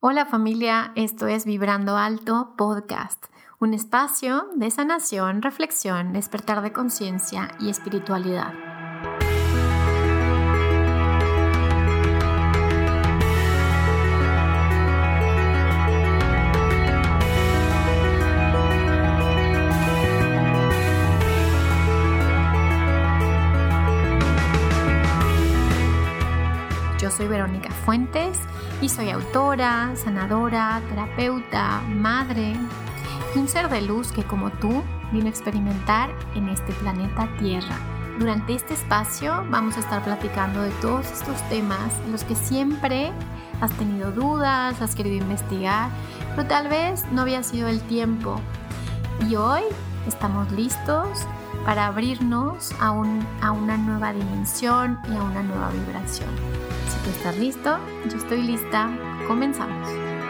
Hola familia, esto es Vibrando Alto Podcast, un espacio de sanación, reflexión, despertar de conciencia y espiritualidad. Yo soy Verónica Fuentes y soy autora, sanadora, terapeuta, madre y un ser de luz que como tú vino a experimentar en este planeta Tierra. Durante este espacio vamos a estar platicando de todos estos temas en los que siempre has tenido dudas, has querido investigar, pero tal vez no había sido el tiempo. Y hoy estamos listos para abrirnos a una nueva dimensión y a una nueva vibración. Si tú estás listo, yo estoy lista. Comenzamos.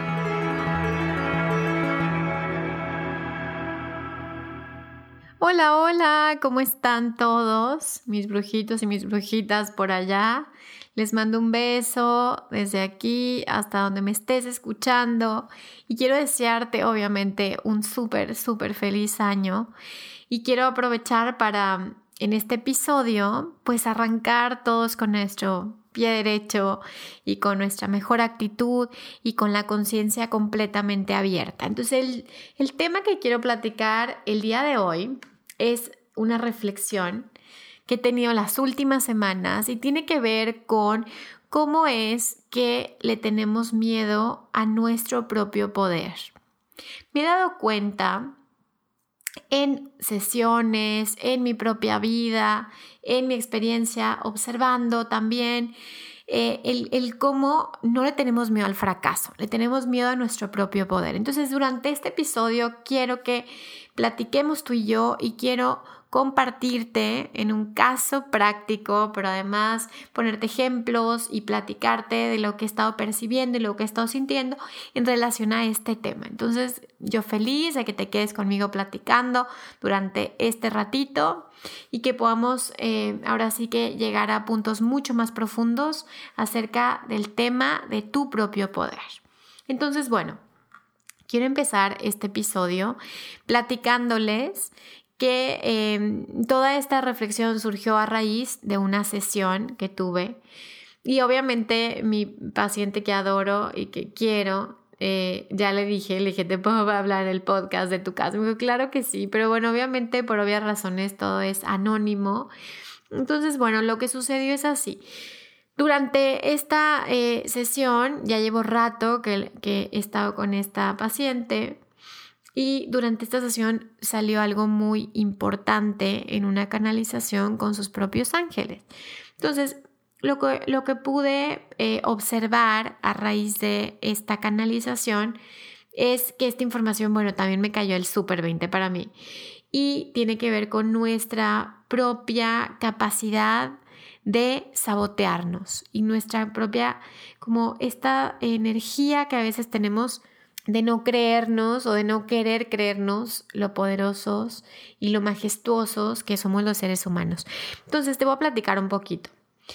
Hola, hola, ¿cómo están todos? Mis brujitos y mis brujitas por allá. Les mando un beso desde aquí hasta donde me estés escuchando. Y quiero desearte, obviamente, un súper feliz año. Y quiero aprovechar para, en este episodio, pues arrancar todos con nuestro pie derecho y con nuestra mejor actitud y con la conciencia completamente abierta. Entonces, el tema que quiero platicar el día de hoy es una reflexión que he tenido las últimas semanas y tiene que ver con cómo es que le tenemos miedo a nuestro propio poder. Me he dado cuenta en sesiones, en mi propia vida, en mi experiencia, observando también el cómo no le tenemos miedo al fracaso, le tenemos miedo a nuestro propio poder. Entonces, durante este episodio quiero que platiquemos tú y yo y quiero compartirte en un caso práctico, pero además ponerte ejemplos y platicarte de lo que he estado percibiendo y lo que he estado sintiendo en relación a este tema. Entonces, yo feliz de que te quedes conmigo platicando durante este ratito y que podamos ahora sí que llegar a puntos mucho más profundos acerca del tema de tu propio poder. Entonces, bueno, quiero empezar este episodio platicándoles que toda esta reflexión surgió a raíz de una sesión que tuve y obviamente mi paciente que adoro y que quiero, ya le dije, ¿te puedo hablar del podcast de tu caso? Me dijo, claro que sí, pero bueno, obviamente por obvias razones todo es anónimo. Entonces, bueno, lo que sucedió es así. Durante esta sesión, ya llevo rato que he estado con esta paciente. Y durante esta sesión salió algo muy importante en una canalización con sus propios ángeles. Entonces, lo que pude observar a raíz de esta canalización es que esta información, bueno, también me cayó el súper 20 para mí. Y tiene que ver con nuestra propia capacidad de sabotearnos y nuestra propia, como esta energía que a veces tenemos de no creernos o de no querer creernos lo poderosos y lo majestuosos que somos los seres humanos. Entonces te voy a platicar un poquito.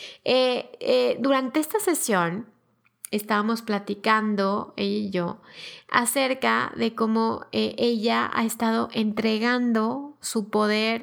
Durante esta sesión estábamos platicando, ella y yo, acerca de cómo ella ha estado entregando su poder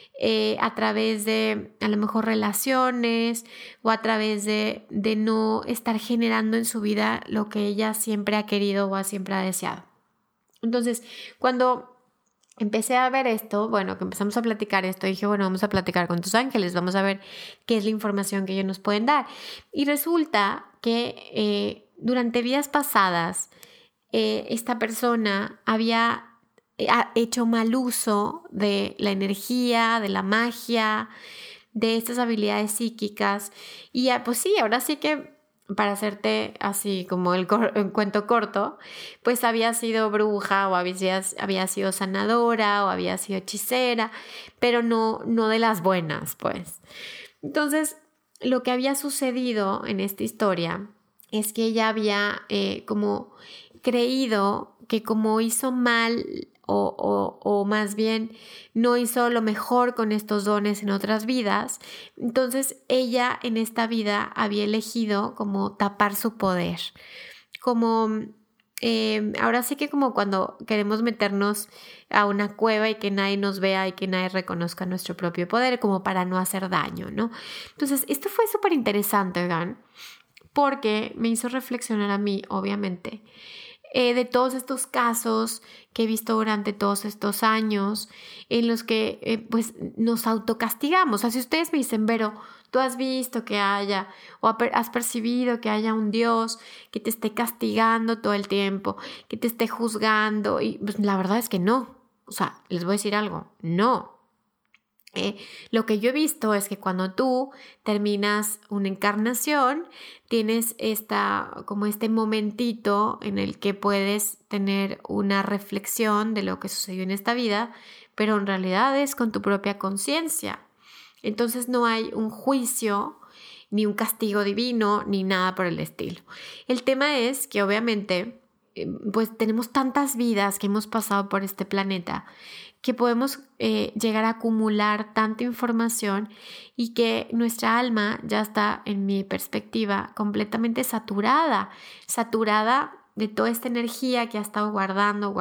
a través de a lo mejor relaciones o a través de no estar generando en su vida lo que ella siempre ha querido o siempre ha deseado. Entonces, cuando empecé a ver esto, bueno, que empezamos a platicar esto, dije, bueno, vamos a platicar con tus ángeles, vamos a ver qué es la información que ellos nos pueden dar. Y resulta que durante vidas pasadas, esta persona había hecho mal uso de la energía, de la magia, de estas habilidades psíquicas. Y pues sí, ahora sí que para hacerte así como el cuento corto, pues había sido bruja o había sido sanadora o había sido hechicera, pero no de las buenas, pues. Entonces, lo que había sucedido en esta historia es que ella había como creído que como hizo mal o más bien no hizo lo mejor con estos dones en otras vidas, entonces ella en esta vida había elegido como tapar su poder, como ahora sí que como cuando queremos meternos a una cueva y que nadie nos vea y que nadie reconozca nuestro propio poder, como para no hacer daño, ¿no? Entonces, esto fue súper interesante, ¿verdad? Porque me hizo reflexionar a mí, obviamente, de todos estos casos que he visto durante todos estos años en los que pues nos autocastigamos. O sea, si ustedes me dicen, Vero, tú has visto que haya o has percibido que haya un Dios que te esté castigando todo el tiempo, que te esté juzgando, y pues la verdad es que no. O sea, les voy a decir algo, no. Lo que yo he visto es que cuando tú terminas una encarnación, tienes como este momentito en el que puedes tener una reflexión de lo que sucedió en esta vida, pero en realidad es con tu propia conciencia. Entonces no hay un juicio, ni un castigo divino, ni nada por el estilo. El tema es que obviamente pues tenemos tantas vidas que hemos pasado por este planeta que podemos llegar a acumular tanta información y que nuestra alma ya está, en mi perspectiva, completamente saturada de toda esta energía que ha estado guardando.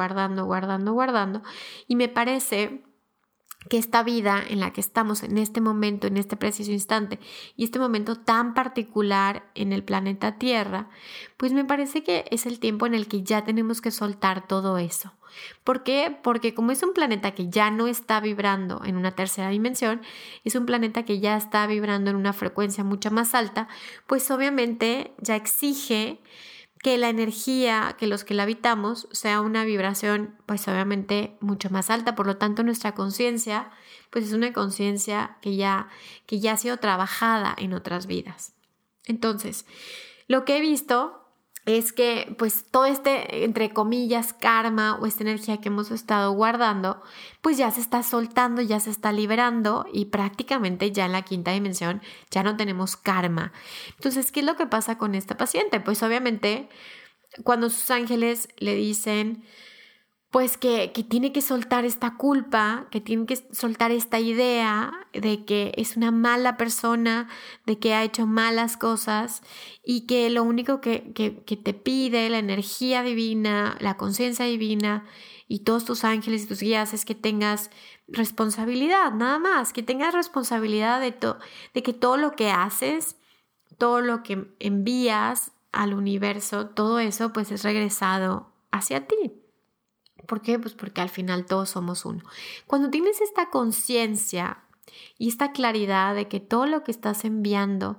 Y me parece que esta vida en la que estamos en este momento, en este preciso instante y este momento tan particular en el planeta Tierra, pues me parece que es el tiempo en el que ya tenemos que soltar todo eso. ¿Por qué? Porque como es un planeta que ya no está vibrando en una tercera dimensión, es un planeta que ya está vibrando en una frecuencia mucho más alta, pues obviamente ya exige que la energía, que los que la habitamos, sea una vibración pues obviamente mucho más alta. Por lo tanto, nuestra conciencia pues es una conciencia que ya ha sido trabajada en otras vidas. Entonces, lo que he visto es que pues todo este, entre comillas, karma o esta energía que hemos estado guardando, pues ya se está soltando, ya se está liberando y prácticamente ya en la quinta dimensión ya no tenemos karma. Entonces, ¿qué es lo que pasa con esta paciente? Pues obviamente cuando sus ángeles le dicen pues que tiene que soltar esta culpa, que tiene que soltar esta idea de que es una mala persona, de que ha hecho malas cosas y que lo único que te pide la energía divina, la conciencia divina y todos tus ángeles y tus guías es que tengas responsabilidad, nada más, que tengas responsabilidad de que todo lo que haces, todo lo que envías al universo, todo eso pues es regresado hacia ti. ¿Por qué? Pues porque al final todos somos uno. Cuando tienes esta conciencia y esta claridad de que todo lo que estás enviando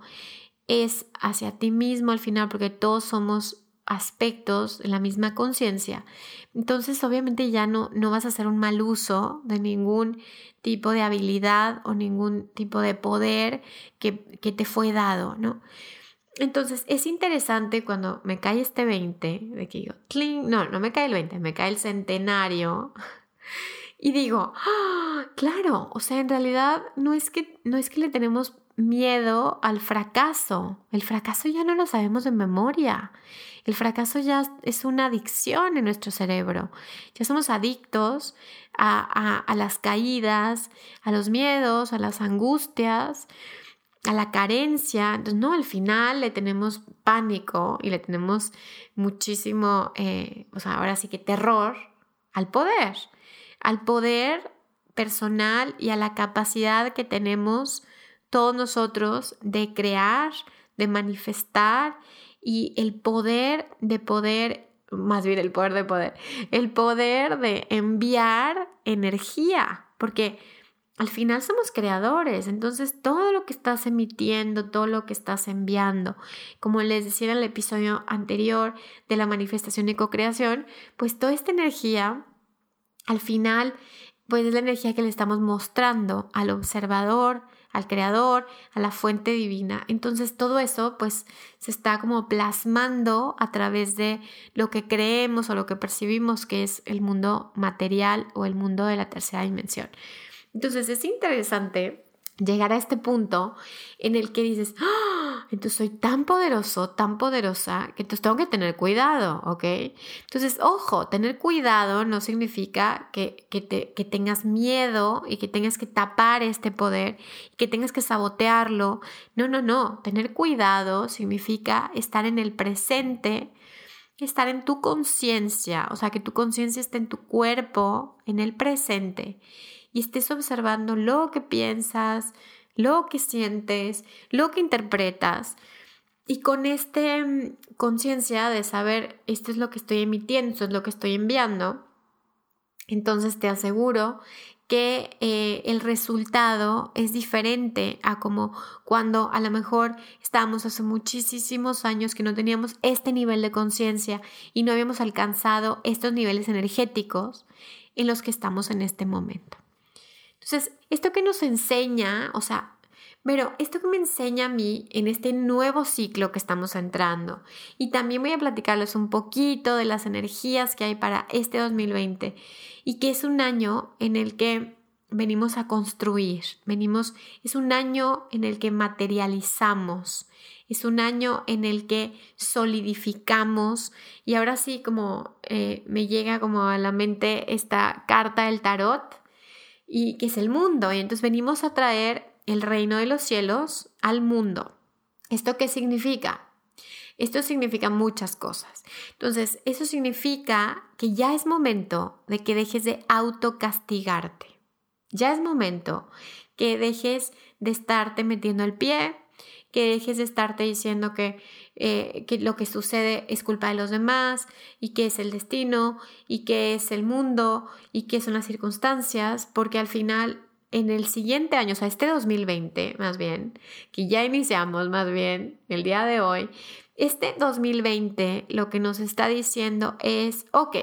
es hacia ti mismo al final, porque todos somos aspectos de la misma conciencia, entonces obviamente ya no vas a hacer un mal uso de ningún tipo de habilidad o ningún tipo de poder que te fue dado, ¿no? Entonces es interesante cuando me cae este 20, de que digo, ¡cling! No me cae el 20, me cae el centenario y digo, ¡ah! Claro, o sea, en realidad no es que le tenemos miedo al fracaso, el fracaso ya no lo sabemos de memoria, el fracaso ya es una adicción en nuestro cerebro, ya somos adictos a las caídas, a los miedos, a las angustias, a la carencia. Entonces, no, al final le tenemos pánico y le tenemos muchísimo, ahora sí que terror al poder personal y a la capacidad que tenemos todos nosotros de crear, de manifestar y el poder de enviar energía, porque al final somos creadores, entonces todo lo que estás emitiendo, todo lo que estás enviando, como les decía en el episodio anterior de la manifestación y co-creación, pues toda esta energía, al final, pues es la energía que le estamos mostrando al observador, al creador, a la fuente divina. Entonces todo eso pues se está como plasmando a través de lo que creemos o lo que percibimos que es el mundo material o el mundo de la tercera dimensión. Entonces es interesante llegar a este punto en el que dices, ¡ah! Entonces soy tan poderoso, tan poderosa, que entonces tengo que tener cuidado, ¿ok? Entonces, ojo, tener cuidado no significa que tengas miedo y que tengas que tapar este poder, que tengas que sabotearlo. No. Tener cuidado significa estar en el presente estar en tu conciencia, o sea, que tu conciencia esté en tu cuerpo, en el presente, y estés observando lo que piensas, lo que sientes, lo que interpretas, y con conciencia de saber esto es lo que estoy emitiendo, esto es lo que estoy enviando, entonces te aseguro que el resultado es diferente a como cuando a lo mejor estábamos hace muchísimos años que no teníamos este nivel de conciencia y no habíamos alcanzado estos niveles energéticos en los que estamos en este momento. Entonces, esto que nos enseña, o sea, pero esto que me enseña a mí en este nuevo ciclo que estamos entrando, y también voy a platicarles un poquito de las energías que hay para este 2020 y que es un año en el que venimos a construir, es un año en el que materializamos, es un año en el que solidificamos y ahora sí como me llega como a la mente esta carta del tarot y que es el mundo y entonces venimos a traer el reino de los cielos al mundo. ¿Esto qué significa? Esto significa muchas cosas. Entonces, eso significa que ya es momento de que dejes de autocastigarte. Ya es momento que dejes de estarte metiendo el pie, que dejes de estarte diciendo que lo que sucede es culpa de los demás y que es el destino y que es el mundo y que son las circunstancias, porque al final en el siguiente año, o sea, este 2020 más bien, que ya iniciamos más bien el día de hoy, este 2020 lo que nos está diciendo es, ok,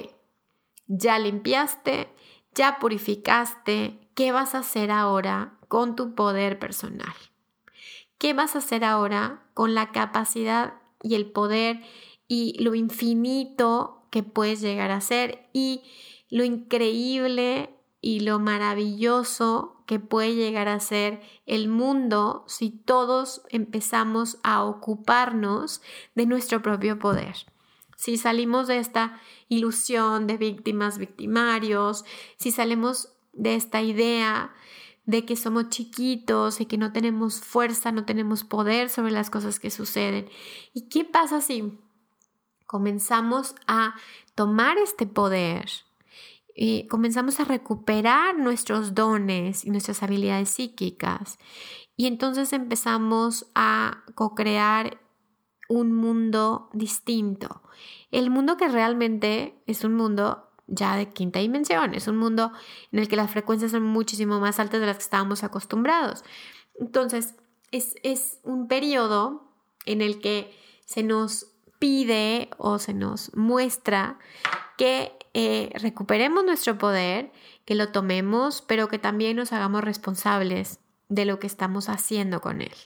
ya limpiaste, ya purificaste, ¿qué vas a hacer ahora con tu poder personal? ¿Qué vas a hacer ahora con la capacidad y el poder y lo infinito que puedes llegar a ser y lo increíble y lo maravilloso que puede llegar a ser el mundo si todos empezamos a ocuparnos de nuestro propio poder? Si salimos de esta ilusión de víctimas, victimarios, si salimos de esta idea de que somos chiquitos y que no tenemos fuerza, no tenemos poder sobre las cosas que suceden. ¿Y qué pasa si comenzamos a tomar este poder? Comenzamos a recuperar nuestros dones y nuestras habilidades psíquicas y entonces empezamos a co-crear un mundo distinto. El mundo que realmente es un mundo ya de quinta dimensión, es un mundo en el que las frecuencias son muchísimo más altas de las que estábamos acostumbrados. Entonces, es un periodo en el que se nos pide o se nos muestra que recuperemos nuestro poder, que lo tomemos, pero que también nos hagamos responsables de lo que estamos haciendo con él.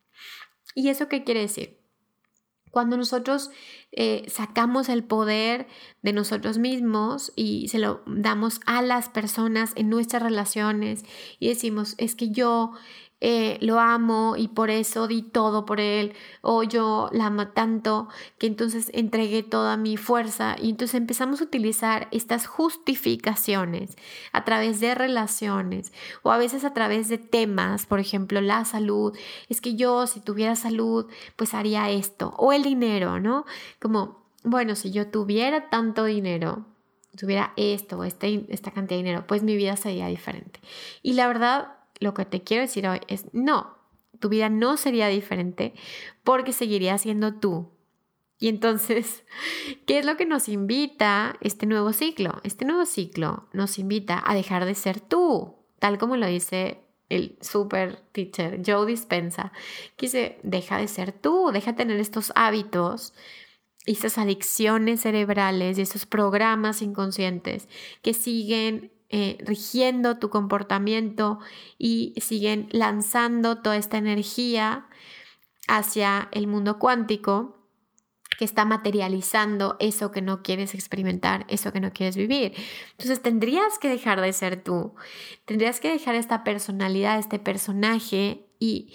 ¿Y eso qué quiere decir? Cuando nosotros sacamos el poder de nosotros mismos y se lo damos a las personas en nuestras relaciones y decimos, es que yo lo amo y por eso di todo por él, o yo la amo tanto que entonces entregué toda mi fuerza, y entonces empezamos a utilizar estas justificaciones a través de relaciones o a veces a través de temas, por ejemplo, la salud, es que yo si tuviera salud pues haría esto, o el dinero, ¿no? Como, bueno, si yo tuviera tanto dinero, tuviera esto o esta cantidad de dinero, pues mi vida sería diferente. Y la verdad, lo que te quiero decir hoy es no, tu vida no sería diferente porque seguirías siendo tú. Y entonces, ¿qué es lo que nos invita este nuevo ciclo? Este nuevo ciclo nos invita a dejar de ser tú, tal como lo dice el super teacher Joe Dispenza, que dice, deja de ser tú, deja de tener estos hábitos y estas adicciones cerebrales y esos programas inconscientes que siguen rigiendo tu comportamiento y siguen lanzando toda esta energía hacia el mundo cuántico que está materializando eso que no quieres experimentar, eso que no quieres vivir. Entonces tendrías que dejar de ser tú, tendrías que dejar esta personalidad, este personaje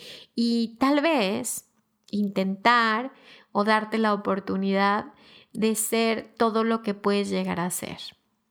y tal vez intentar o darte la oportunidad de ser todo lo que puedes llegar a ser.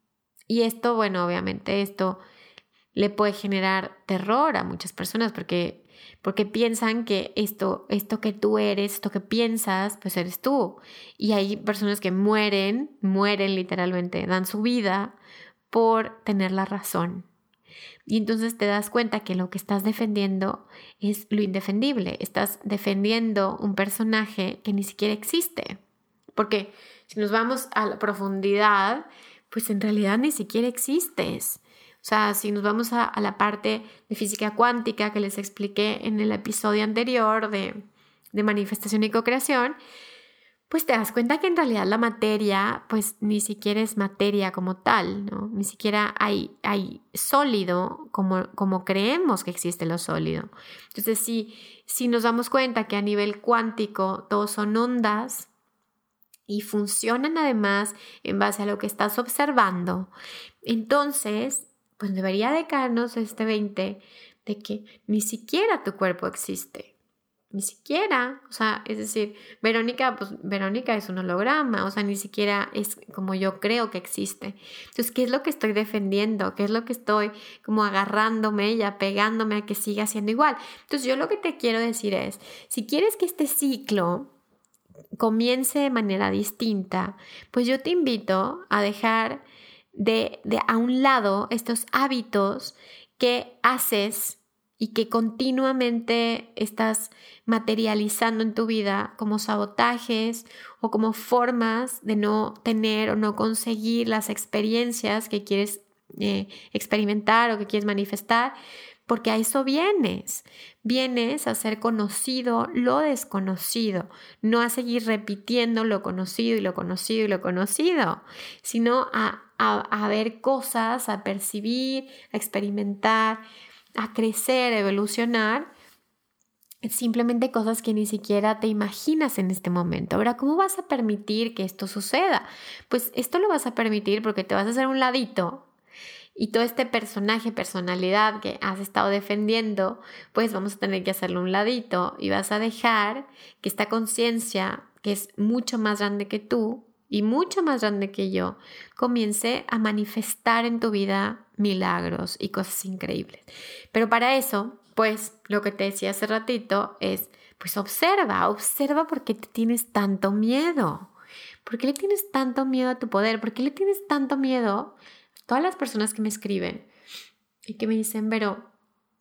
Y esto, bueno, obviamente esto le puede generar terror a muchas personas porque porque piensan que esto que tú eres, esto que piensas, pues eres tú. Y hay personas que mueren literalmente, dan su vida por tener la razón. Y entonces te das cuenta que lo que estás defendiendo es lo indefendible. Estás defendiendo un personaje que ni siquiera existe. Porque si nos vamos a la profundidad, pues en realidad ni siquiera existes. O sea, si nos vamos a la parte de física cuántica que les expliqué en el episodio anterior de manifestación y co-creación, pues te das cuenta que en realidad la materia, pues ni siquiera es materia como tal, ¿no? Ni siquiera hay sólido como creemos que existe lo sólido. Entonces, si nos damos cuenta que a nivel cuántico todos son ondas y funcionan además en base a lo que estás observando, entonces, pues debería de caernos este 20 de que ni siquiera tu cuerpo existe. Ni siquiera, o sea, es decir, Verónica es un holograma, o sea, ni siquiera es como yo creo que existe. Entonces, ¿qué es lo que estoy defendiendo? ¿Qué es lo que estoy como agarrándome y apegándome a que siga siendo igual? Entonces, yo lo que te quiero decir es, si quieres que este ciclo comience de manera distinta, pues yo te invito a dejar de a un lado estos hábitos que haces y que continuamente estás materializando en tu vida como sabotajes o como formas de no tener o no conseguir las experiencias que quieres experimentar o que quieres manifestar, porque a eso vienes. Vienes a ser conocido lo desconocido, no a seguir repitiendo lo conocido y lo conocido y lo conocido, sino a ver cosas, a percibir, a experimentar, a crecer, a evolucionar, simplemente cosas que ni siquiera te imaginas en este momento. Ahora, ¿cómo vas a permitir que esto suceda? Pues esto lo vas a permitir porque te vas a hacer un ladito y todo este personalidad que has estado defendiendo, pues vamos a tener que hacerlo un ladito y vas a dejar que esta conciencia, que es mucho más grande que tú y mucho más grande que yo, comience a manifestar en tu vida milagros y cosas increíbles. Pero para eso, pues lo que te decía hace ratito es, pues observa por qué te tienes tanto miedo. ¿Por qué le tienes tanto miedo a tu poder? ¿Por qué le tienes tanto miedo a todas las personas que me escriben y que me dicen, Vero,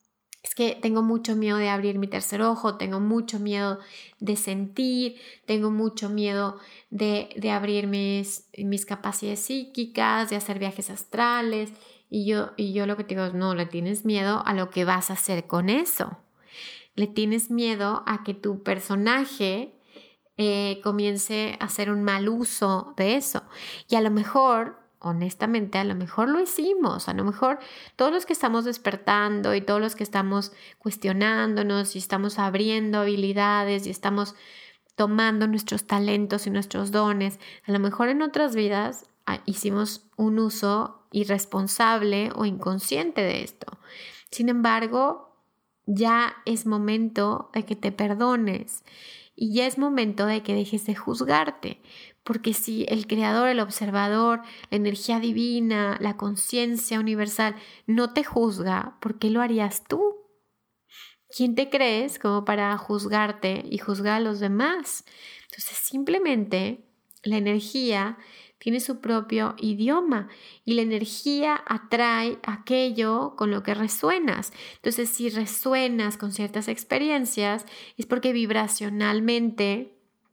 es que tengo mucho miedo de abrir mi tercer ojo, tengo mucho miedo de sentir, tengo mucho miedo de abrir mis capacidades psíquicas, de hacer viajes astrales? Y yo lo que te digo es, no, le tienes miedo a lo que vas a hacer con eso. Le tienes miedo a que tu personaje comience a hacer un mal uso de eso. Y a lo mejor, honestamente, a lo mejor lo hicimos. A lo mejor todos los que estamos despertando y todos los que estamos cuestionándonos y estamos abriendo habilidades y estamos tomando nuestros talentos y nuestros dones, a lo mejor en otras vidas hicimos un uso irresponsable o inconsciente de esto. Sin embargo, ya es momento de que te perdones y ya es momento de que dejes de juzgarte, porque si el creador, el observador, la energía divina, la conciencia universal no te juzga, ¿por qué lo harías tú? ¿Quién te crees como para juzgarte y juzgar a los demás? Entonces simplemente la energía tiene su propio idioma y la energía atrae aquello con lo que resuenas. Entonces, si resuenas con ciertas experiencias, es porque vibracionalmente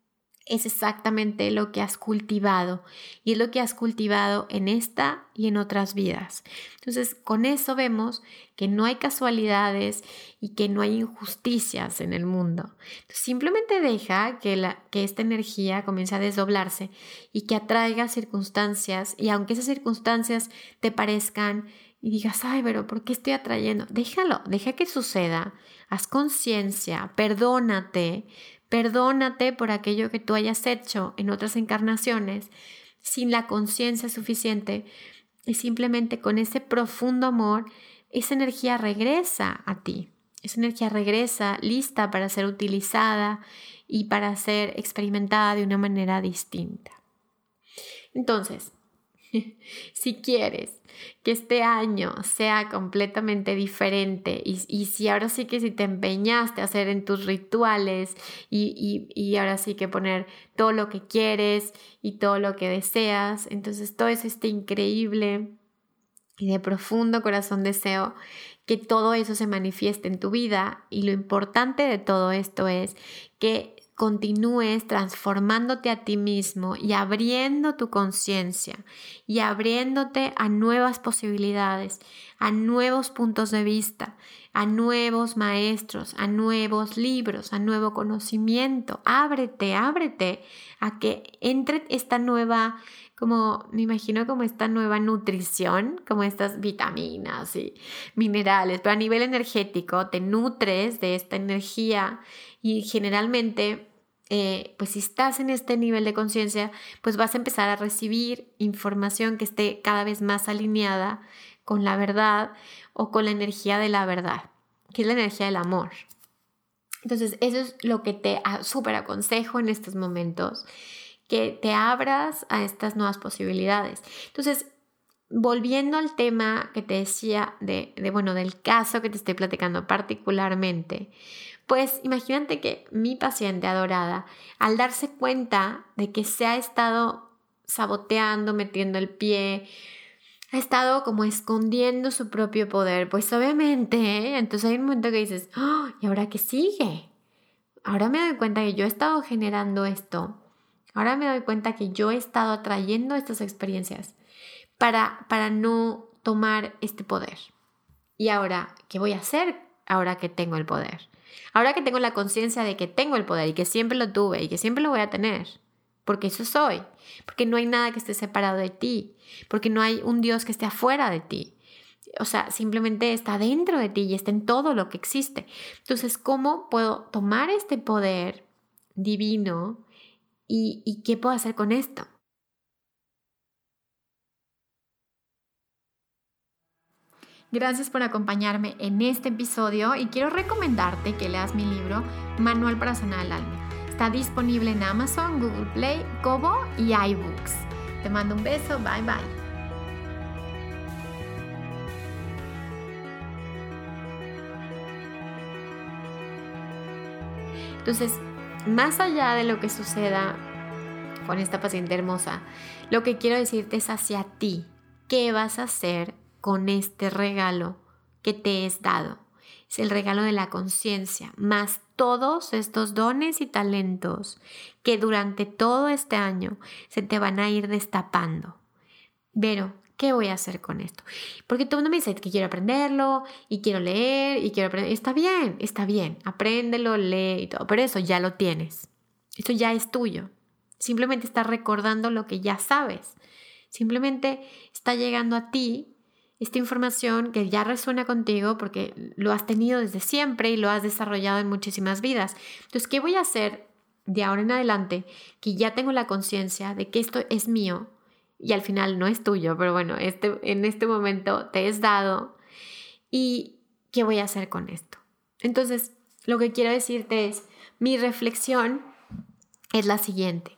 es exactamente lo que has cultivado y es lo que has cultivado en esta y en otras vidas. Entonces, con eso vemos que no hay casualidades y que no hay injusticias en el mundo. Entonces, simplemente deja que esta energía comience a desdoblarse y que atraiga circunstancias, y aunque esas circunstancias te parezcan y digas, ay, pero ¿por qué estoy atrayendo? Déjalo, deja que suceda, haz conciencia, perdónate por aquello que tú hayas hecho en otras encarnaciones sin la conciencia suficiente, y simplemente con ese profundo amor, esa energía regresa a ti. Esa energía regresa lista para ser utilizada y para ser experimentada de una manera distinta. Entonces, Si quieres que este año sea completamente diferente y si ahora sí que si te empeñaste a hacer en tus rituales y ahora sí que poner todo lo que quieres y todo lo que deseas, entonces todo eso está increíble y de profundo corazón deseo que todo eso se manifieste en tu vida y lo importante de todo esto es que continúes transformándote a ti mismo y abriendo tu conciencia y abriéndote a nuevas posibilidades, a nuevos puntos de vista, a nuevos maestros, a nuevos libros, a nuevo conocimiento. Ábrete a que entre esta nueva, como me imagino como esta nueva nutrición, como estas vitaminas y minerales, pero a nivel energético te nutres de esta energía y generalmente pues si estás en este nivel de conciencia pues vas a empezar a recibir información que esté cada vez más alineada con la verdad o con la energía de la verdad, que es la energía del amor. Entonces eso es lo que te súper aconsejo en estos momentos, que te abras a estas nuevas posibilidades. Entonces, volviendo al tema que te decía del caso que te estoy platicando particularmente, pues imagínate que mi paciente adorada, al darse cuenta de que se ha estado saboteando, metiendo el pie, ha estado como escondiendo su propio poder, pues obviamente, entonces hay un momento que dices, ¡oh! ¿Y ahora qué sigue? Ahora me doy cuenta que yo he estado generando esto. Ahora me doy cuenta que yo he estado atrayendo estas experiencias para no tomar este poder. Y ahora, ¿qué voy a hacer ahora que tengo el poder? Ahora que tengo la conciencia de que tengo el poder y que siempre lo tuve y que siempre lo voy a tener. Porque eso soy. Porque no hay nada que esté separado de ti. Porque no hay un Dios que esté afuera de ti. O sea, simplemente está dentro de ti y está en todo lo que existe. Entonces, ¿cómo puedo tomar este poder divino y qué puedo hacer con esto? Gracias por acompañarme en este episodio y quiero recomendarte que leas mi libro Manual para Sanar el Alma. Está disponible en Amazon, Google Play, Kobo y iBooks. Te mando un beso, bye bye. Entonces, más allá de lo que suceda con esta paciente hermosa, lo que quiero decirte es hacia ti. ¿Qué vas a hacer con este regalo que te es dado? Es el regalo de la conciencia, más todos estos dones y talentos que durante todo este año se te van a ir destapando. Pero, ¿qué voy a hacer con esto? Porque todo el mundo me dice que quiero aprenderlo y quiero leer y quiero aprender. Está bien, apréndelo, lee y todo, pero eso ya lo tienes. Esto ya es tuyo. Simplemente estás recordando lo que ya sabes. Simplemente está llegando a ti esta información que ya resuena contigo porque lo has tenido desde siempre y lo has desarrollado en muchísimas vidas. Entonces, ¿qué voy a hacer de ahora en adelante que ya tengo la conciencia de que esto es mío y al final no es tuyo, pero bueno, en este momento te es dado? ¿Y qué voy a hacer con esto? Entonces, lo que quiero decirte es, mi reflexión es la siguiente.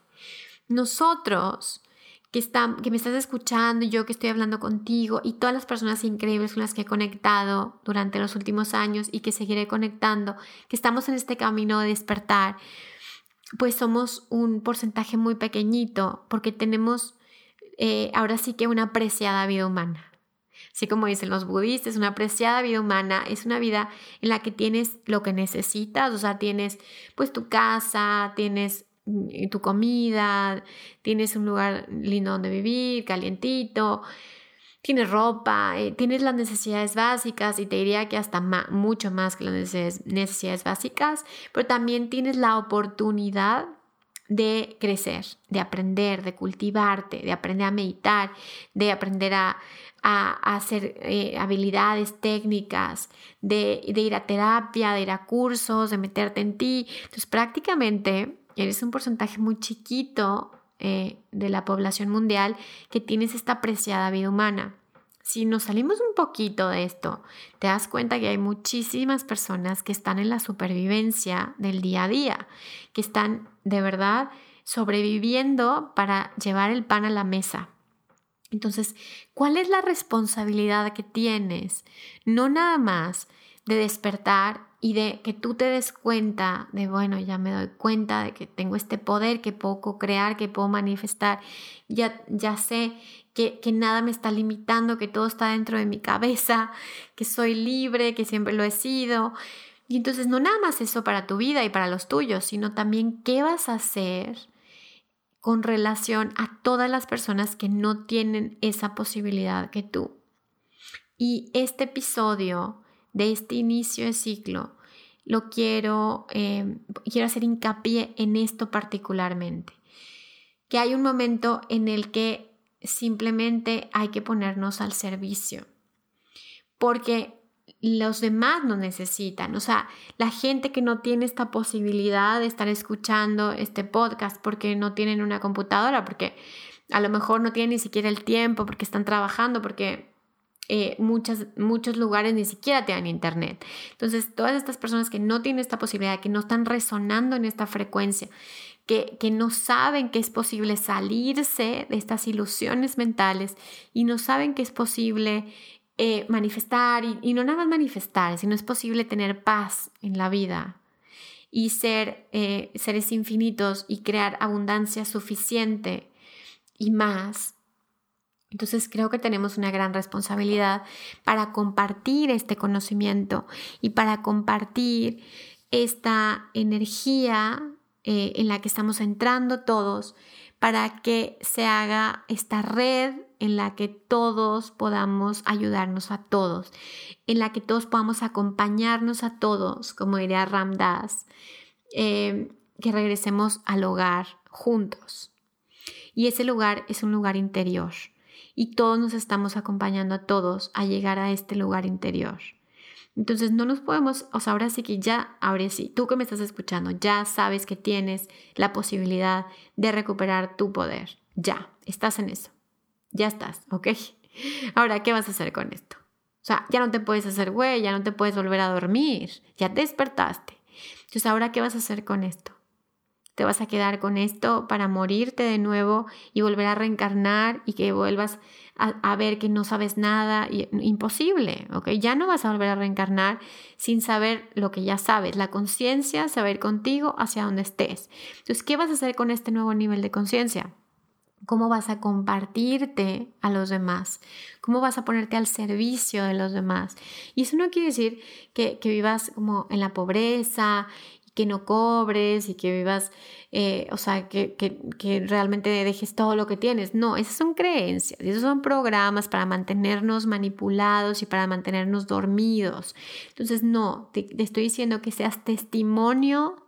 Nosotros que me estás escuchando y yo que estoy hablando contigo y todas las personas increíbles con las que he conectado durante los últimos años y que seguiré conectando, que estamos en este camino de despertar, pues somos un porcentaje muy pequeñito porque tenemos ahora sí que una preciada vida humana. Así como dicen los budistas, una preciada vida humana es una vida en la que tienes lo que necesitas, o sea, tienes pues tu casa, tienes tu comida, tienes un lugar lindo donde vivir, calientito, tienes ropa, tienes las necesidades básicas y te diría que hasta mucho más que las necesidades básicas, pero también tienes la oportunidad de crecer, de aprender, de cultivarte, de aprender a meditar, de aprender a hacer habilidades técnicas, de ir a terapia, de ir a cursos, de meterte en ti. Entonces prácticamente eres un porcentaje muy chiquito de la población mundial que tienes esta preciada vida humana. Si nos salimos un poquito de esto, te das cuenta que hay muchísimas personas que están en la supervivencia del día a día, que están de verdad sobreviviendo para llevar el pan a la mesa. Entonces, ¿cuál es la responsabilidad que tienes? No nada más de despertar y de que tú te des cuenta de, bueno, ya me doy cuenta de que tengo este poder, que puedo co-crear, que puedo manifestar, ya sé que nada me está limitando, que todo está dentro de mi cabeza, que soy libre, que siempre lo he sido. Y entonces no nada más eso para tu vida y para los tuyos, sino también qué vas a hacer con relación a todas las personas que no tienen esa posibilidad que tú. Y este episodio de este inicio de ciclo lo quiero hacer hincapié en esto particularmente, que hay un momento en el que simplemente hay que ponernos al servicio, porque los demás nos necesitan. O sea, la gente que no tiene esta posibilidad de estar escuchando este podcast porque no tienen una computadora, porque a lo mejor no tienen ni siquiera el tiempo, porque están trabajando, porque muchos lugares ni siquiera tienen internet. Entonces, todas estas personas que no tienen esta posibilidad, que no están resonando en esta frecuencia, que no saben que es posible salirse de estas ilusiones mentales y no saben que es posible manifestar y no nada más manifestar, sino es posible tener paz en la vida y ser seres infinitos y crear abundancia suficiente y más. Entonces creo que tenemos una gran responsabilidad para compartir este conocimiento y para compartir esta energía en la que estamos entrando todos, para que se haga esta red en la que todos podamos ayudarnos a todos, en la que todos podamos acompañarnos a todos, como diría Ram Dass, que regresemos al hogar juntos. Y ese lugar es un lugar interior. Y todos nos estamos acompañando a todos a llegar a este lugar interior. Entonces no nos podemos, o sea, ahora sí, tú que me estás escuchando, ya sabes que tienes la posibilidad de recuperar tu poder. Ya, estás en eso. Ya estás, ¿ok? Ahora, ¿qué vas a hacer con esto? O sea, ya no te puedes hacer güey, ya no te puedes volver a dormir, ya te despertaste. Entonces, ¿ahora qué vas a hacer con esto? ¿Te vas a quedar con esto para morirte de nuevo y volver a reencarnar y que vuelvas a ver que no sabes nada? Imposible, ¿ok? Ya no vas a volver a reencarnar sin saber lo que ya sabes. La conciencia se va a ir contigo hacia donde estés. Entonces, ¿qué vas a hacer con este nuevo nivel de conciencia? ¿Cómo vas a compartirte a los demás? ¿Cómo vas a ponerte al servicio de los demás? Y eso no quiere decir que vivas como en la pobreza, que no cobres y que vivas, o sea, que realmente dejes todo lo que tienes. No, esas son creencias, esos son programas para mantenernos manipulados y para mantenernos dormidos. Entonces, no, te estoy diciendo que seas testimonio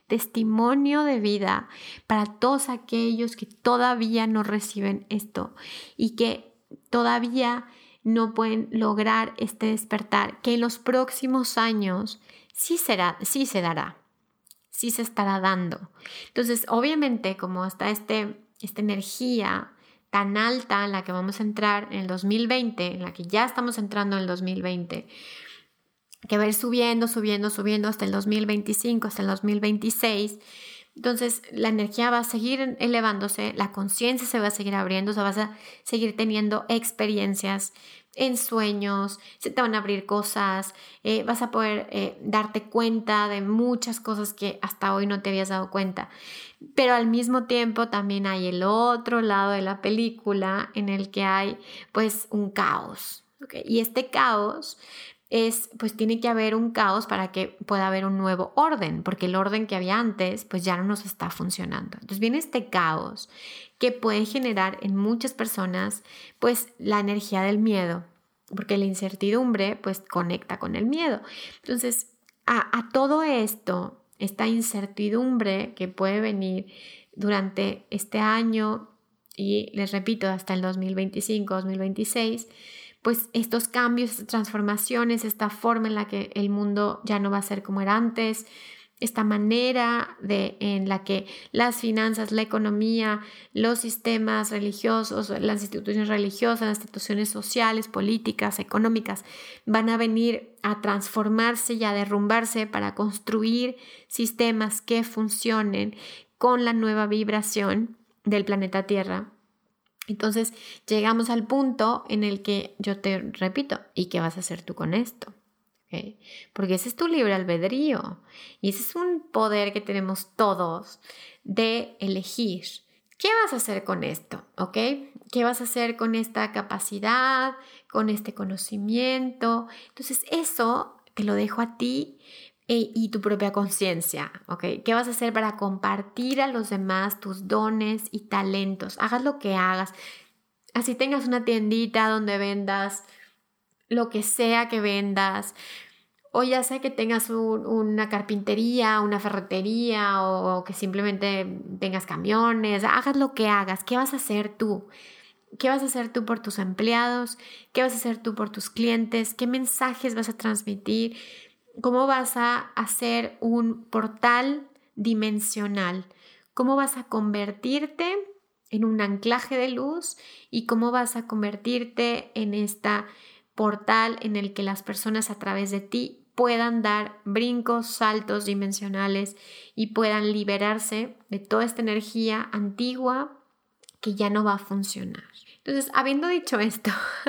de vida para todos aquellos que todavía no reciben esto y que todavía no pueden lograr este despertar, que en los próximos años sí se dará. Sí se estará dando. Entonces, obviamente, como está esta energía tan alta en la que vamos a entrar en el 2020, en la que ya estamos entrando en el 2020, que va a ir subiendo hasta el 2025, hasta el 2026, entonces la energía va a seguir elevándose, la conciencia se va a seguir abriendo, o sea, vas a seguir teniendo experiencias en sueños, se te van a abrir cosas, vas a poder darte cuenta de muchas cosas que hasta hoy no te habías dado cuenta. Pero al mismo tiempo también hay el otro lado de la película en el que hay pues un caos, ¿okay? Y este caos pues tiene que haber un caos para que pueda haber un nuevo orden, porque el orden que había antes pues ya no nos está funcionando. Entonces viene este caos que puede generar en muchas personas pues la energía del miedo, porque la incertidumbre pues conecta con el miedo. Entonces a todo esto, esta incertidumbre que puede venir durante este año y les repito hasta el 2025, 2026, pues estos cambios, estas transformaciones, esta forma en la que el mundo ya no va a ser como era antes, esta manera en la que las finanzas, la economía, los sistemas religiosos, las instituciones religiosas, las instituciones sociales, políticas, económicas, van a venir a transformarse y a derrumbarse para construir sistemas que funcionen con la nueva vibración del planeta Tierra. Entonces llegamos al punto en el que yo te repito, ¿y qué vas a hacer tú con esto? ¿Okay? Porque ese es tu libre albedrío y ese es un poder que tenemos todos de elegir. ¿Qué vas a hacer con esto? ¿Ok? ¿Qué vas a hacer con esta capacidad, con este conocimiento? Entonces eso te lo dejo a ti y tu propia conciencia, ¿ok? ¿Qué vas a hacer para compartir a los demás tus dones y talentos? Hagas lo que hagas. Así tengas una tiendita donde vendas lo que sea que vendas, o ya sea que tengas una carpintería, una ferretería o que simplemente tengas camiones, hagas lo que hagas. ¿Qué vas a hacer tú? ¿Qué vas a hacer tú por tus empleados? ¿Qué vas a hacer tú por tus clientes? ¿Qué mensajes vas a transmitir? ¿Cómo vas a hacer un portal dimensional? ¿Cómo vas a convertirte en un anclaje de luz? ¿Y cómo vas a convertirte en esta portal en el que las personas a través de ti puedan dar brincos, saltos dimensionales y puedan liberarse de toda esta energía antigua que ya no va a funcionar? Entonces, habiendo dicho esto,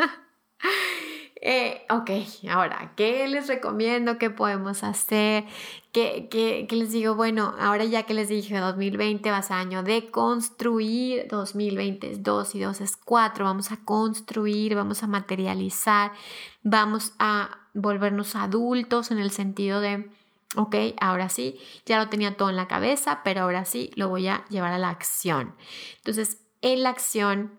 ok, ahora, ¿qué les recomiendo? ¿Qué podemos hacer? ¿Qué les digo? Bueno, ahora ya que les dije 2020 va a ser año de construir, 2020 es 2 y 2 es 4, vamos a construir, vamos a materializar, vamos a volvernos adultos en el sentido de, ok, ahora sí, ya lo tenía todo en la cabeza, pero ahora sí lo voy a llevar a la acción. Entonces, en la acción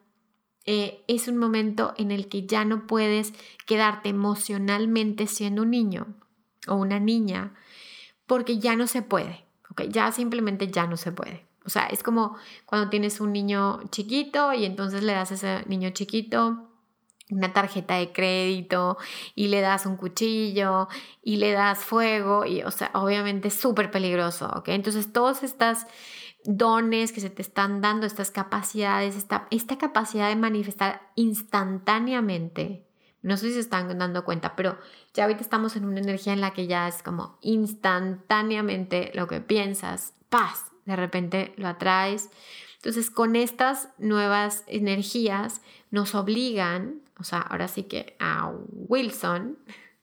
es un momento en el que ya no puedes quedarte emocionalmente siendo un niño o una niña, porque ya no se puede, ¿ok? Ya simplemente ya no se puede. O sea, es como cuando tienes un niño chiquito y entonces le das a ese niño chiquito una tarjeta de crédito y le das un cuchillo y le das fuego y, o sea, obviamente es súper peligroso, ¿ok? Entonces, todas estas dones que se te están dando, estas capacidades, esta capacidad de manifestar instantáneamente, no sé si se están dando cuenta, pero ya ahorita estamos en una energía en la que ya es como instantáneamente lo que piensas, paz, de repente lo atraes. Entonces, con estas nuevas energías nos obligan, o sea, ahora sí que a Wilson,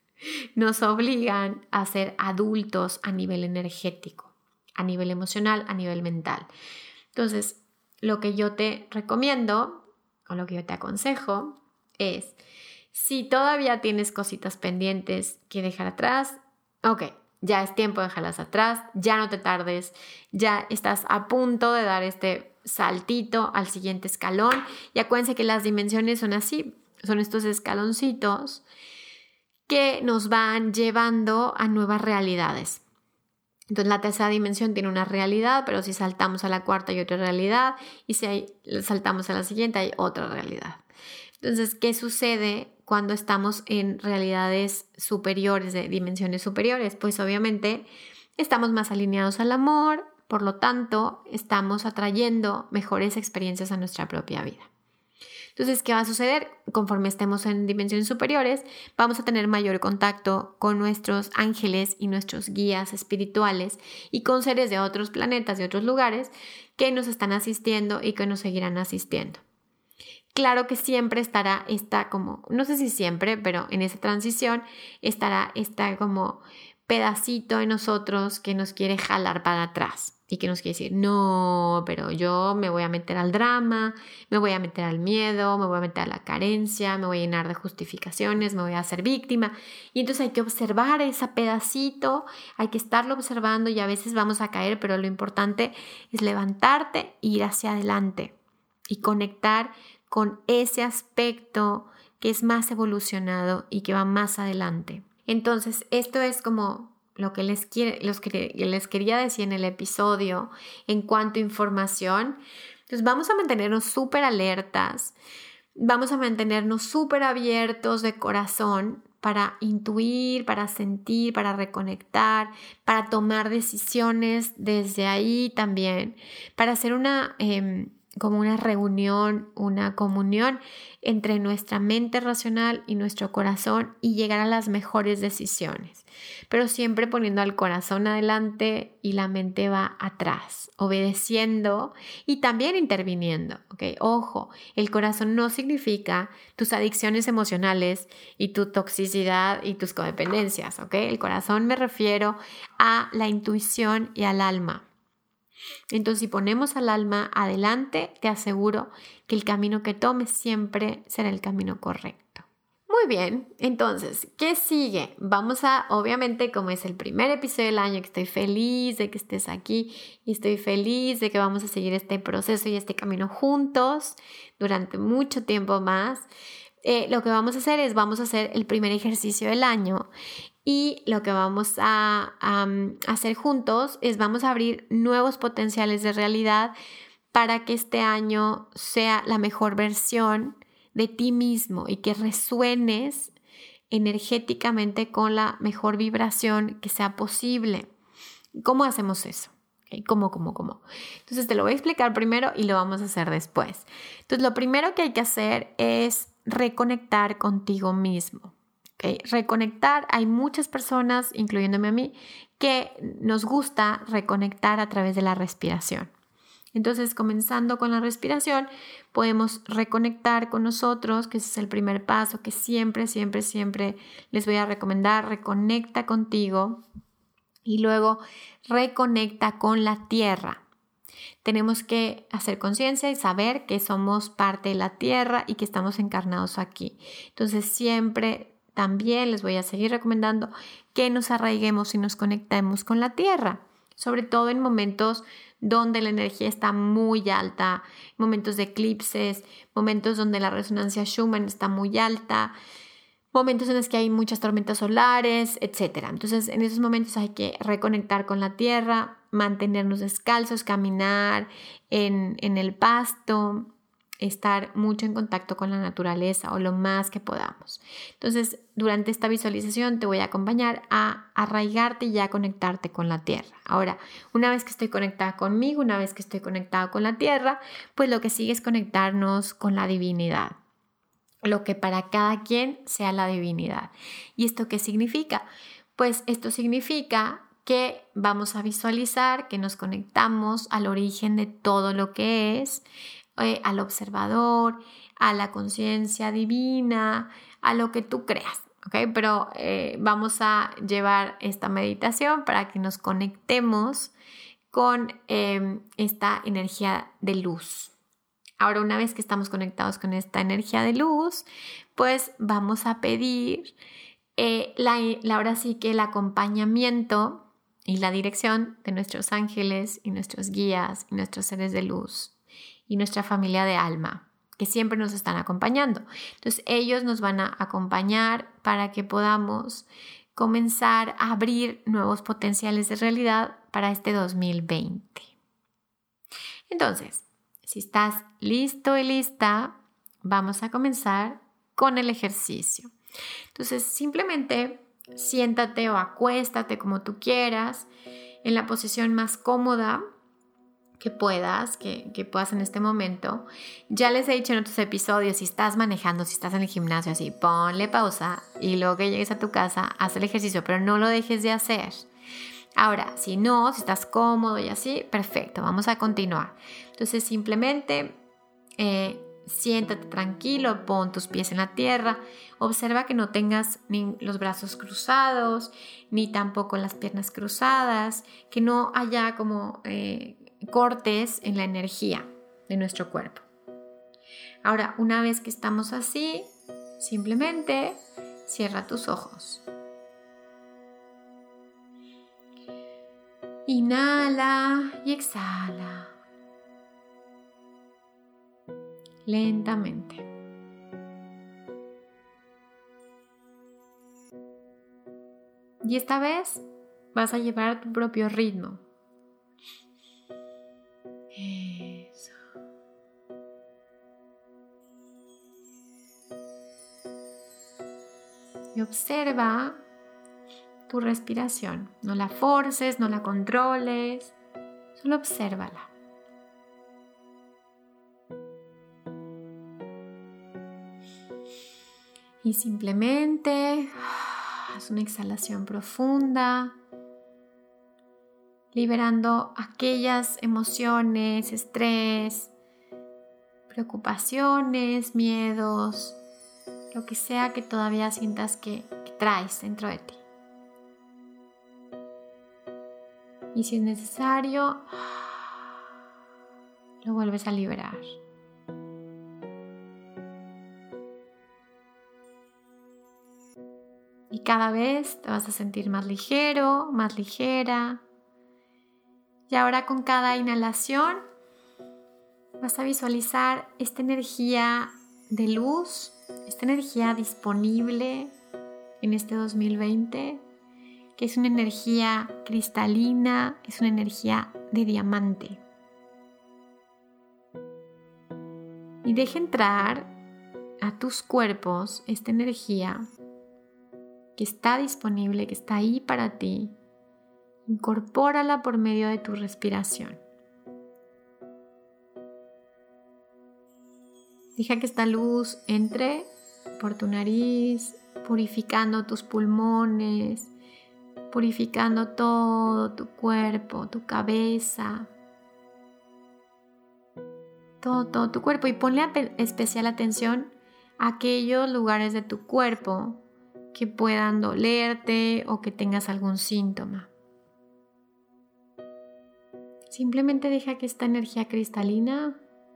nos obligan a ser adultos a nivel energético, a nivel emocional, a nivel mental. Entonces, lo que yo te recomiendo o lo que yo te aconsejo es, si todavía tienes cositas pendientes que dejar atrás, ok, ya es tiempo de dejarlas atrás, ya no te tardes, ya estás a punto de dar este saltito al siguiente escalón. Y acuérdense que las dimensiones son así, son estos escaloncitos que nos van llevando a nuevas realidades. Entonces la tercera dimensión tiene una realidad, pero si saltamos a la cuarta hay otra realidad y si saltamos a la siguiente hay otra realidad. Entonces, ¿qué sucede cuando estamos en realidades superiores, de dimensiones superiores? Pues obviamente estamos más alineados al amor, por lo tanto, estamos atrayendo mejores experiencias a nuestra propia vida. Entonces, ¿qué va a suceder? Conforme estemos en dimensiones superiores, vamos a tener mayor contacto con nuestros ángeles y nuestros guías espirituales y con seres de otros planetas, de otros lugares, que nos están asistiendo y que nos seguirán asistiendo. Claro que siempre estará esta como, no sé si siempre, pero en esa transición estará esta como pedacito en nosotros que nos quiere jalar para atrás y que nos quiere decir, no, pero yo me voy a meter al drama, me voy a meter al miedo, me voy a meter a la carencia, me voy a llenar de justificaciones, me voy a hacer víctima. Y entonces hay que observar ese pedacito, hay que estarlo observando y a veces vamos a caer, pero lo importante es levantarte e ir hacia adelante y conectar con ese aspecto que es más evolucionado y que va más adelante. Entonces, esto es como lo que les quería decir en el episodio en cuanto a información. Entonces, vamos a mantenernos súper alertas, vamos a mantenernos súper abiertos de corazón para intuir, para sentir, para reconectar, para tomar decisiones desde ahí también, para hacer una como una reunión, una comunión entre nuestra mente racional y nuestro corazón y llegar a las mejores decisiones, pero siempre poniendo al corazón adelante y la mente va atrás, obedeciendo y también interviniendo, ¿ok? Ojo, el corazón no significa tus adicciones emocionales y tu toxicidad y tus codependencias, ¿ok? El corazón me refiero a la intuición y al alma. Entonces, si ponemos al alma adelante, te aseguro que el camino que tomes siempre será el camino correcto. Muy bien, entonces, ¿qué sigue? Obviamente, como es el primer episodio del año, que estoy feliz de que estés aquí y estoy feliz de que vamos a seguir este proceso y este camino juntos durante mucho tiempo más. Lo que vamos a hacer el primer ejercicio del año. Y lo que vamos a hacer juntos es vamos a abrir nuevos potenciales de realidad para que este año sea la mejor versión de ti mismo y que resuenes energéticamente con la mejor vibración que sea posible. ¿Cómo hacemos eso? ¿Cómo? Entonces te lo voy a explicar primero y lo vamos a hacer después. Entonces lo primero que hay que hacer es reconectar contigo mismo. Reconectar, hay muchas personas, incluyéndome a mí, que nos gusta reconectar a través de la respiración. Entonces, comenzando con la respiración, podemos reconectar con nosotros, que ese es el primer paso que siempre les voy a recomendar. Reconecta contigo y luego reconecta con la tierra. Tenemos que hacer conciencia y saber que somos parte de la tierra y que estamos encarnados aquí. Entonces, siempre también les voy a seguir recomendando que nos arraiguemos y nos conectemos con la tierra, sobre todo en momentos donde la energía está muy alta, momentos de eclipses, momentos donde la resonancia Schumann está muy alta, momentos en los que hay muchas tormentas solares, etc. Entonces, en esos momentos hay que reconectar con la tierra, mantenernos descalzos, caminar en el pasto, estar mucho en contacto con la naturaleza o lo más que podamos. Entonces, durante esta visualización te voy a acompañar a arraigarte y a conectarte con la tierra. Ahora, una vez que estoy conectada conmigo, una vez que estoy conectada con la tierra, pues lo que sigue es conectarnos con la divinidad, lo que para cada quien sea la divinidad. ¿Y esto qué significa? Pues esto significa que vamos a visualizar que nos conectamos al origen de todo lo que es, al observador, a la conciencia divina, a lo que tú creas, ¿ok? Pero vamos a llevar esta meditación para que nos conectemos con esta energía de luz. Ahora, una vez que estamos conectados con esta energía de luz, pues vamos a pedir ahora sí que el acompañamiento y la dirección de nuestros ángeles y nuestros guías y nuestros seres de luz y nuestra familia de alma, que siempre nos están acompañando. Entonces, ellos nos van a acompañar para que podamos comenzar a abrir nuevos potenciales de realidad para este 2020. Entonces, si estás listo y lista, vamos a comenzar con el ejercicio. Entonces, simplemente siéntate o acuéstate como tú quieras, en la posición más cómoda que puedas en este momento. Ya les he dicho en otros episodios, si estás manejando, si estás en el gimnasio, así, ponle pausa y luego que llegues a tu casa, haz el ejercicio, pero no lo dejes de hacer. Ahora, si estás cómodo y así, perfecto, vamos a continuar. Entonces, simplemente siéntate tranquilo, pon tus pies en la tierra, observa que no tengas ni los brazos cruzados, ni tampoco las piernas cruzadas, que no haya como cortes en la energía de nuestro cuerpo. Ahora, una vez que estamos así, simplemente cierra tus ojos. Inhala y exhala lentamente. Y esta vez vas a llevar tu propio ritmo. Eso. Y observa tu respiración. No la forces, no la controles, solo obsérvala. Y simplemente haz una exhalación profunda, liberando aquellas emociones, estrés, preocupaciones, miedos, lo que sea que todavía sientas que traes dentro de ti. Y si es necesario, lo vuelves a liberar. Y cada vez te vas a sentir más ligero, más ligera. Y ahora con cada inhalación vas a visualizar esta energía de luz, esta energía disponible en este 2020, que es una energía cristalina, es una energía de diamante. Y deja entrar a tus cuerpos esta energía que está disponible, que está ahí para ti. Incorpórala por medio de tu respiración. Deja que esta luz entre por tu nariz, purificando tus pulmones, purificando todo tu cuerpo, tu cabeza, todo tu cuerpo. Y ponle especial atención a aquellos lugares de tu cuerpo que puedan dolerte o que tengas algún síntoma. Simplemente deja que esta energía cristalina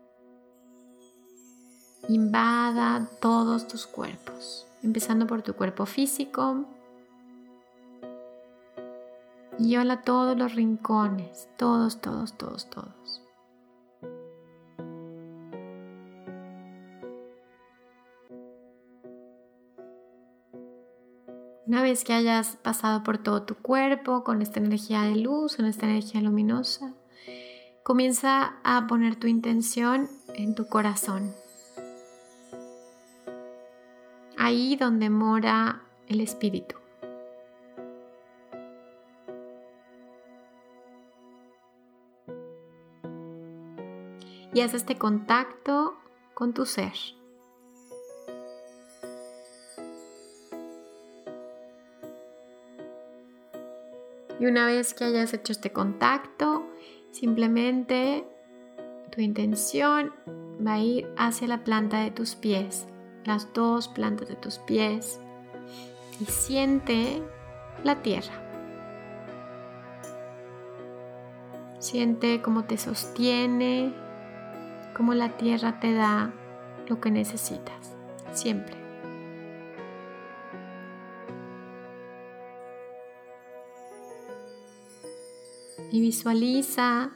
invada todos tus cuerpos, empezando por tu cuerpo físico y llévala a todos los rincones, todos. Una vez que hayas pasado por todo tu cuerpo con esta energía de luz, con esta energía luminosa, comienza a poner tu intención en tu corazón. Ahí donde mora el espíritu. Y haz este contacto con tu ser. Y una vez que hayas hecho este contacto, simplemente tu intención va a ir hacia la planta de tus pies, las dos plantas de tus pies, y siente la tierra. Siente cómo te sostiene, cómo la tierra te da lo que necesitas, siempre. Y visualiza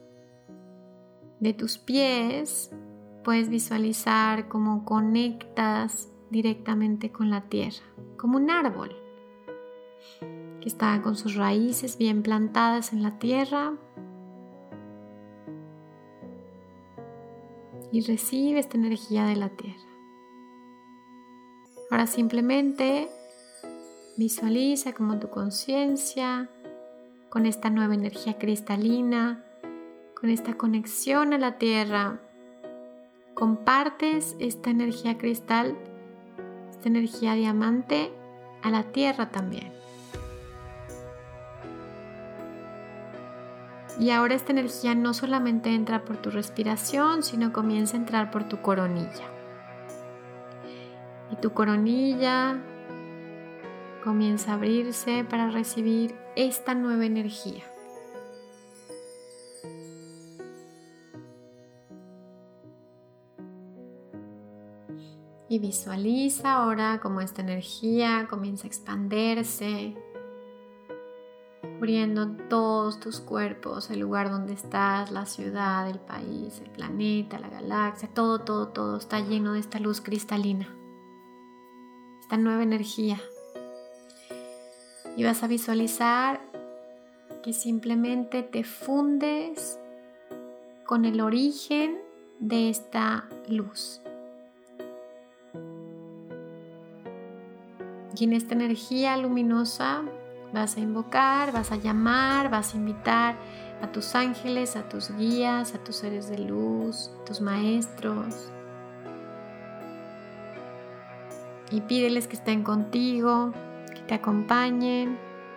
de tus pies, puedes visualizar cómo conectas directamente con la tierra, como un árbol que está con sus raíces bien plantadas en la tierra y recibe esta energía de la tierra. Ahora simplemente visualiza como tu conciencia, con esta nueva energía cristalina, con esta conexión a la tierra, compartes esta energía cristal, esta energía diamante a la tierra también. Y ahora esta energía no solamente entra por tu respiración, sino comienza a entrar por tu coronilla. Y tu coronilla comienza a abrirse para recibir esta nueva energía. Y visualiza ahora cómo esta energía comienza a expandirse, cubriendo todos tus cuerpos, el lugar donde estás, la ciudad, el país, el planeta, la galaxia, todo está lleno de esta luz cristalina, esta nueva energía. Y vas a visualizar que simplemente te fundes con el origen de esta luz. Y en esta energía luminosa vas a invocar, vas a llamar, vas a invitar a tus ángeles, a tus guías, a tus seres de luz, a tus maestros, y pídeles que estén contigo, que te acompañen.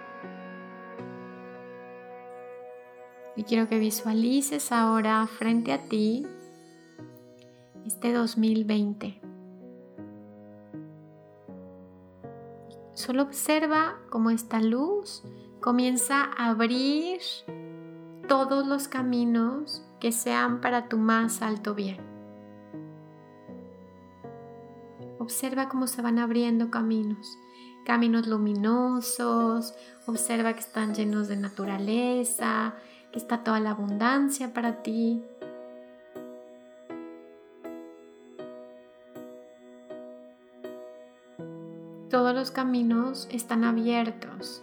Y quiero que visualices ahora frente a ti este 2020. Solo observa cómo esta luz comienza a abrir todos los caminos que sean para tu más alto bien. Observa cómo se van abriendo caminos luminosos. Observa que están llenos de naturaleza, que está toda la abundancia para ti. Todos los caminos están abiertos.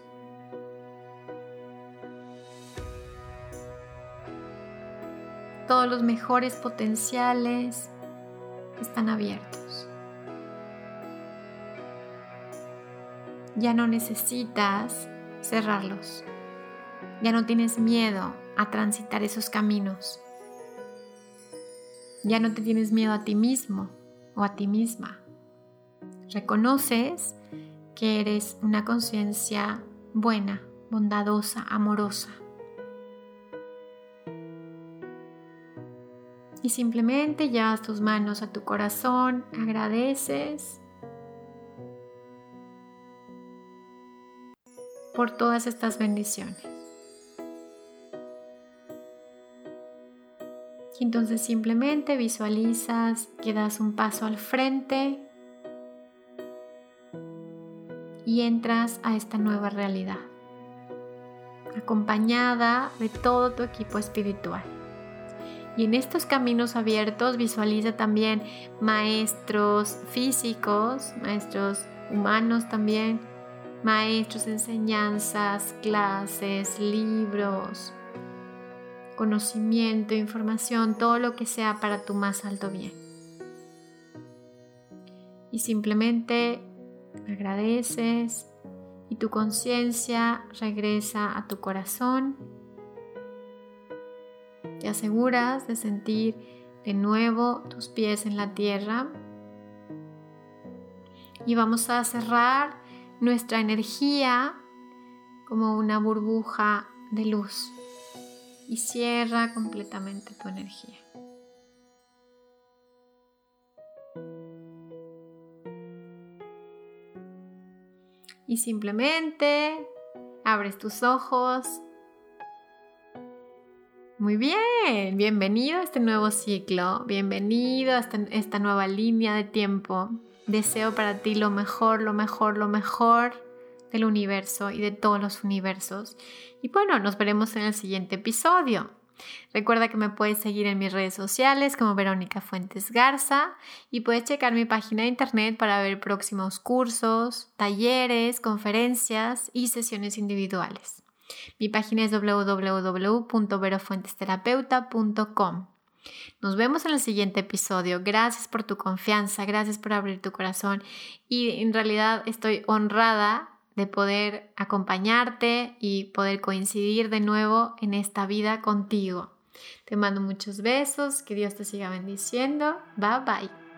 Todos los mejores potenciales están abiertos. Ya no necesitas cerrarlos. Ya no tienes miedo a transitar esos caminos. Ya no te tienes miedo a ti mismo o a ti misma. Reconoces que eres una conciencia buena, bondadosa, amorosa. Y simplemente llevas tus manos a tu corazón, agradeces por todas estas bendiciones. Y entonces simplemente visualizas que das un paso al frente y entras a esta nueva realidad, acompañada de todo tu equipo espiritual. Y en estos caminos abiertos visualiza también maestros físicos, maestros humanos también, maestros, enseñanzas, clases, libros, conocimiento, información, todo lo que sea para tu más alto bien. Y simplemente agradeces y tu conciencia regresa a tu corazón. Te aseguras de sentir de nuevo tus pies en la tierra y vamos a cerrar nuestra energía como una burbuja de luz y cierra completamente tu energía. Y simplemente abres tus ojos. Muy bien, bienvenido a este nuevo ciclo, bienvenido a esta nueva línea de tiempo. Deseo para ti lo mejor, lo mejor, lo mejor del universo y de todos los universos. Y bueno, nos veremos en el siguiente episodio. Recuerda que me puedes seguir en mis redes sociales como Verónica Fuentes Garza y puedes checar mi página de internet para ver próximos cursos, talleres, conferencias y sesiones individuales. Mi página es www.verofuentesterapeuta.com. Nos vemos en el siguiente episodio. Gracias por tu confianza, gracias por abrir tu corazón y en realidad estoy honrada de poder acompañarte y poder coincidir de nuevo en esta vida contigo. Te mando muchos besos, que Dios te siga bendiciendo. Bye bye.